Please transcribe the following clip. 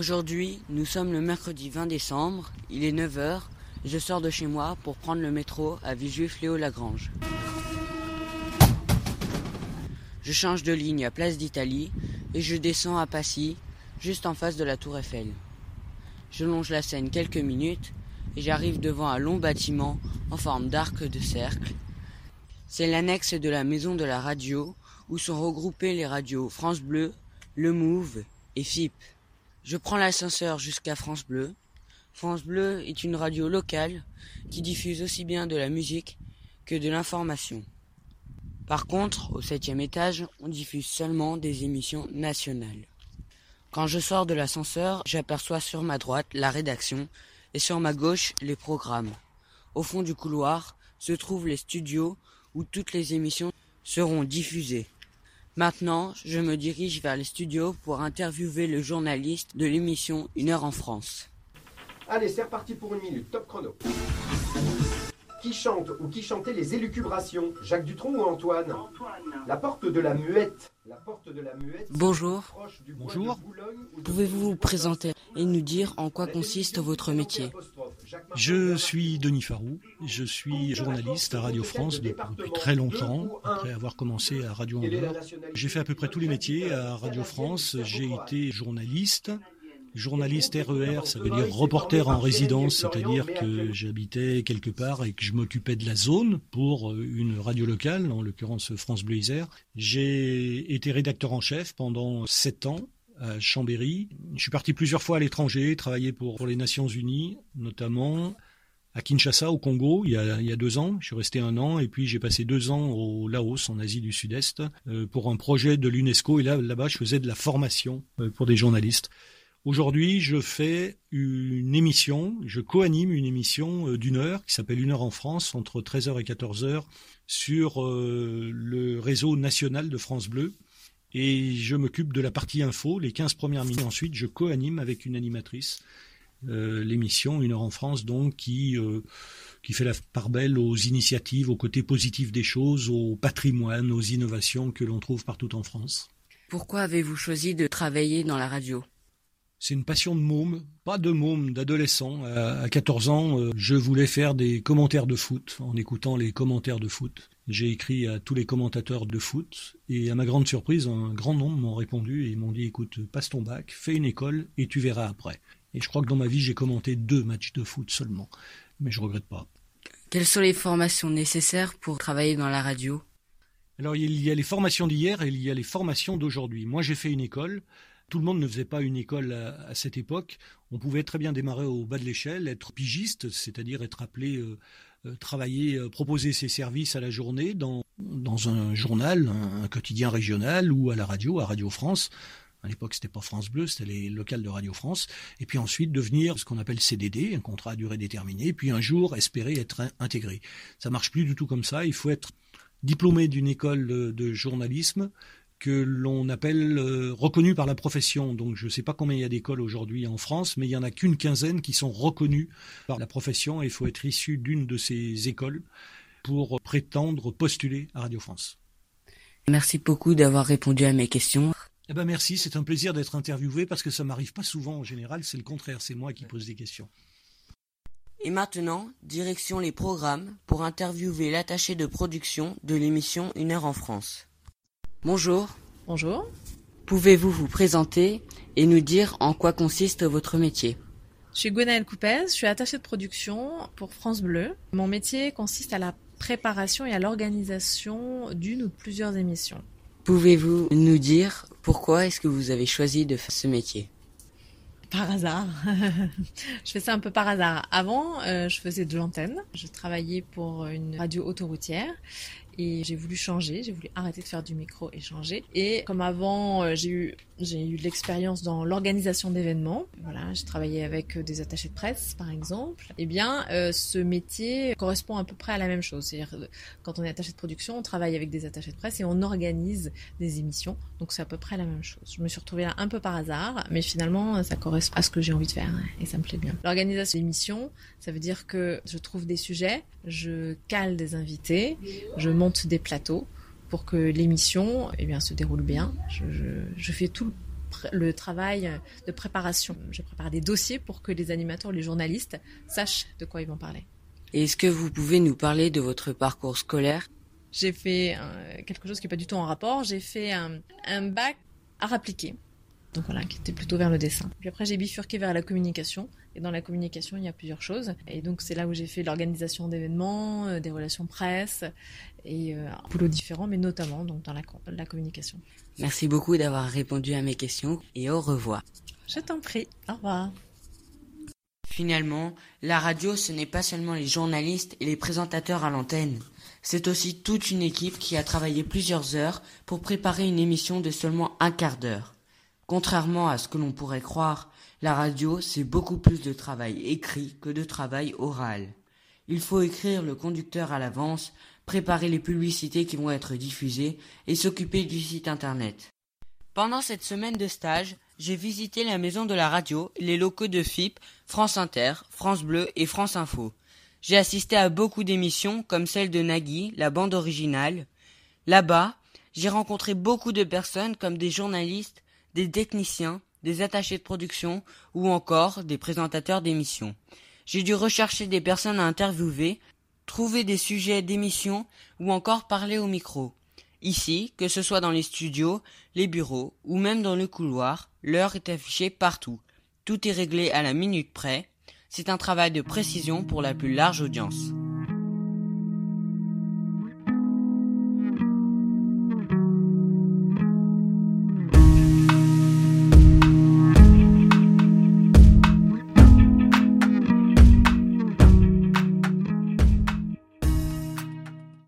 Aujourd'hui, nous sommes le mercredi 20 décembre, il est 9 heures, je sors de chez moi pour prendre le métro à Villejuif-Léo-Lagrange. Je change de ligne à Place d'Italie et je descends à Passy, juste en face de la Tour Eiffel. Je longe la Seine quelques minutes et j'arrive devant un long bâtiment en forme d'arc de cercle. C'est l'annexe de la maison de la radio où sont regroupées les radios France Bleu, Le Move et FIP. Je prends l'ascenseur jusqu'à France Bleu. France Bleu est une radio locale qui diffuse aussi bien de la musique que de l'information. Par contre, au 7e étage, on diffuse seulement des émissions nationales. Quand je sors de l'ascenseur, j'aperçois sur ma droite la rédaction et sur ma gauche les programmes. Au fond du couloir se trouvent les studios où toutes les émissions seront diffusées. Maintenant, je me dirige vers les studios pour interviewer le journaliste de l'émission 1 heure en France. Allez, c'est reparti pour 1 minute, top chrono. Qui chante ou qui chantait les élucubrations, Jacques Dutronc ou Antoine? La porte de la Muette. Bonjour. Bonjour. Pouvez-vous vous présenter et nous dire en quoi consiste votre métier? Je suis Denis Farou, je suis journaliste à Radio France depuis très longtemps, après avoir commencé à Radio Andorre. J'ai fait à peu près tous les métiers à Radio France, j'ai été journaliste. Journaliste RER, ça veut dire reporter en résidence, c'est-à-dire que j'habitais quelque part et que je m'occupais de la zone pour une radio locale, en l'occurrence France Bleu Isère. J'ai été rédacteur en chef pendant 7 ans à Chambéry. Je suis parti plusieurs fois à l'étranger, travailler pour les Nations Unies, notamment à Kinshasa, au Congo, il y a 2 ans. Je suis resté 1 an et puis j'ai passé 2 ans au Laos, en Asie du Sud-Est, pour un projet de l'UNESCO. Et là-bas, je faisais de la formation pour des journalistes. Aujourd'hui, je fais une émission, je co-anime une émission d'1 heure qui s'appelle 1 heure en France, entre 13h et 14h, sur le réseau national de France Bleu. Et je m'occupe de la partie info, les 15 premières minutes. Ensuite, je co-anime avec une animatrice l'émission 1 heure en France, donc qui fait la part belle aux initiatives, aux côtés positifs des choses, au patrimoine, aux innovations que l'on trouve partout en France. Pourquoi avez-vous choisi de travailler dans la radio ? C'est une passion de môme, pas de môme, d'adolescent. À 14 ans, je voulais faire des commentaires de foot en écoutant les commentaires de foot. J'ai écrit à tous les commentateurs de foot et à ma grande surprise, un grand nombre m'ont répondu et ils m'ont dit « Écoute, passe ton bac, fais une école et tu verras après ». Et je crois que dans ma vie, j'ai commenté 2 matchs de foot seulement, mais je regrette pas. Quelles sont les formations nécessaires pour travailler dans la radio ? Alors, il y a les formations d'hier et il y a les formations d'aujourd'hui. Moi, j'ai fait une école. Tout le monde ne faisait pas une école à cette époque. On pouvait très bien démarrer au bas de l'échelle, être pigiste, c'est-à-dire être appelé, travailler, proposer ses services à la journée dans un journal, un quotidien régional ou à la radio, à Radio France. À l'époque, c'était pas France Bleu, c'était les locales de Radio France. Et puis ensuite, devenir ce qu'on appelle CDD, un contrat à durée déterminée. Et puis un jour, espérer être intégré. Ça marche plus du tout comme ça. Il faut être diplômé d'une école de journalisme que l'on appelle reconnu par la profession. Donc je ne sais pas combien il y a d'écoles aujourd'hui en France, mais il n'y en a qu'une quinzaine qui sont reconnues par la profession et il faut être issu d'une de ces écoles pour prétendre postuler à Radio France. Merci beaucoup d'avoir répondu à mes questions. Merci, c'est un plaisir d'être interviewé parce que ça ne m'arrive pas souvent en général, c'est le contraire, c'est moi qui pose des questions. Et maintenant, direction les programmes pour interviewer l'attaché de production de l'émission 1 heure en France. Bonjour. Bonjour. Pouvez-vous vous présenter et nous dire en quoi consiste votre métier ? Je suis Gwenaëlle Coupez, je suis attachée de production pour France Bleu. Mon métier consiste à la préparation et à l'organisation d'une ou de plusieurs émissions. Pouvez-vous nous dire pourquoi est-ce que vous avez choisi de faire ce métier ? Par hasard. Je fais ça un peu par hasard. Avant, je faisais de l'antenne. Je travaillais pour une radio autoroutière. Et j'ai voulu changer, j'ai voulu arrêter de faire du micro et changer. Et comme avant, j'ai eu de l'expérience dans l'organisation d'événements. Voilà, j'ai travaillé avec des attachés de presse, par exemple. Eh bien, ce métier correspond à peu près à la même chose. C'est-à-dire, quand on est attaché de production, on travaille avec des attachés de presse et on organise des émissions. Donc, c'est à peu près la même chose. Je me suis retrouvée là un peu par hasard, mais finalement, ça correspond à ce que j'ai envie de faire et ça me plaît bien. L'organisation d'émissions, ça veut dire que je trouve des sujets, je cale des invités, je monte des plateaux pour que l'émission se déroule bien. Je fais tout le travail de préparation. Je prépare des dossiers pour que les animateurs, les journalistes sachent de quoi ils vont parler. Et est-ce que vous pouvez nous parler de votre parcours scolaire ? J'ai fait quelque chose qui n'est pas du tout en rapport. J'ai fait un bac art appliqué. Donc voilà, qui était plutôt vers le dessin. Puis après, j'ai bifurqué vers la communication. Et dans la communication, il y a plusieurs choses. Et donc, c'est là où j'ai fait l'organisation d'événements, des relations presse, et un boulot différent, mais notamment donc dans la communication. Merci beaucoup d'avoir répondu à mes questions et au revoir. Je t'en prie. Au revoir. Finalement, la radio, ce n'est pas seulement les journalistes et les présentateurs à l'antenne. C'est aussi toute une équipe qui a travaillé plusieurs heures pour préparer une émission de seulement un quart d'heure. Contrairement à ce que l'on pourrait croire, la radio, c'est beaucoup plus de travail écrit que de travail oral. Il faut écrire le conducteur à l'avance, préparer les publicités qui vont être diffusées et s'occuper du site internet. Pendant cette semaine de stage, j'ai visité la maison de la radio, les locaux de FIP, France Inter, France Bleu et France Info. J'ai assisté à beaucoup d'émissions comme celle de Nagui, la bande originale. Là-bas, j'ai rencontré beaucoup de personnes comme des journalistes, des techniciens, des attachés de production ou encore des présentateurs d'émissions. J'ai dû rechercher des personnes à interviewer, trouver des sujets d'émissions ou encore parler au micro. Ici, que ce soit dans les studios, les bureaux ou même dans le couloir, l'heure est affichée partout. Tout est réglé à la minute près. C'est un travail de précision pour la plus large audience.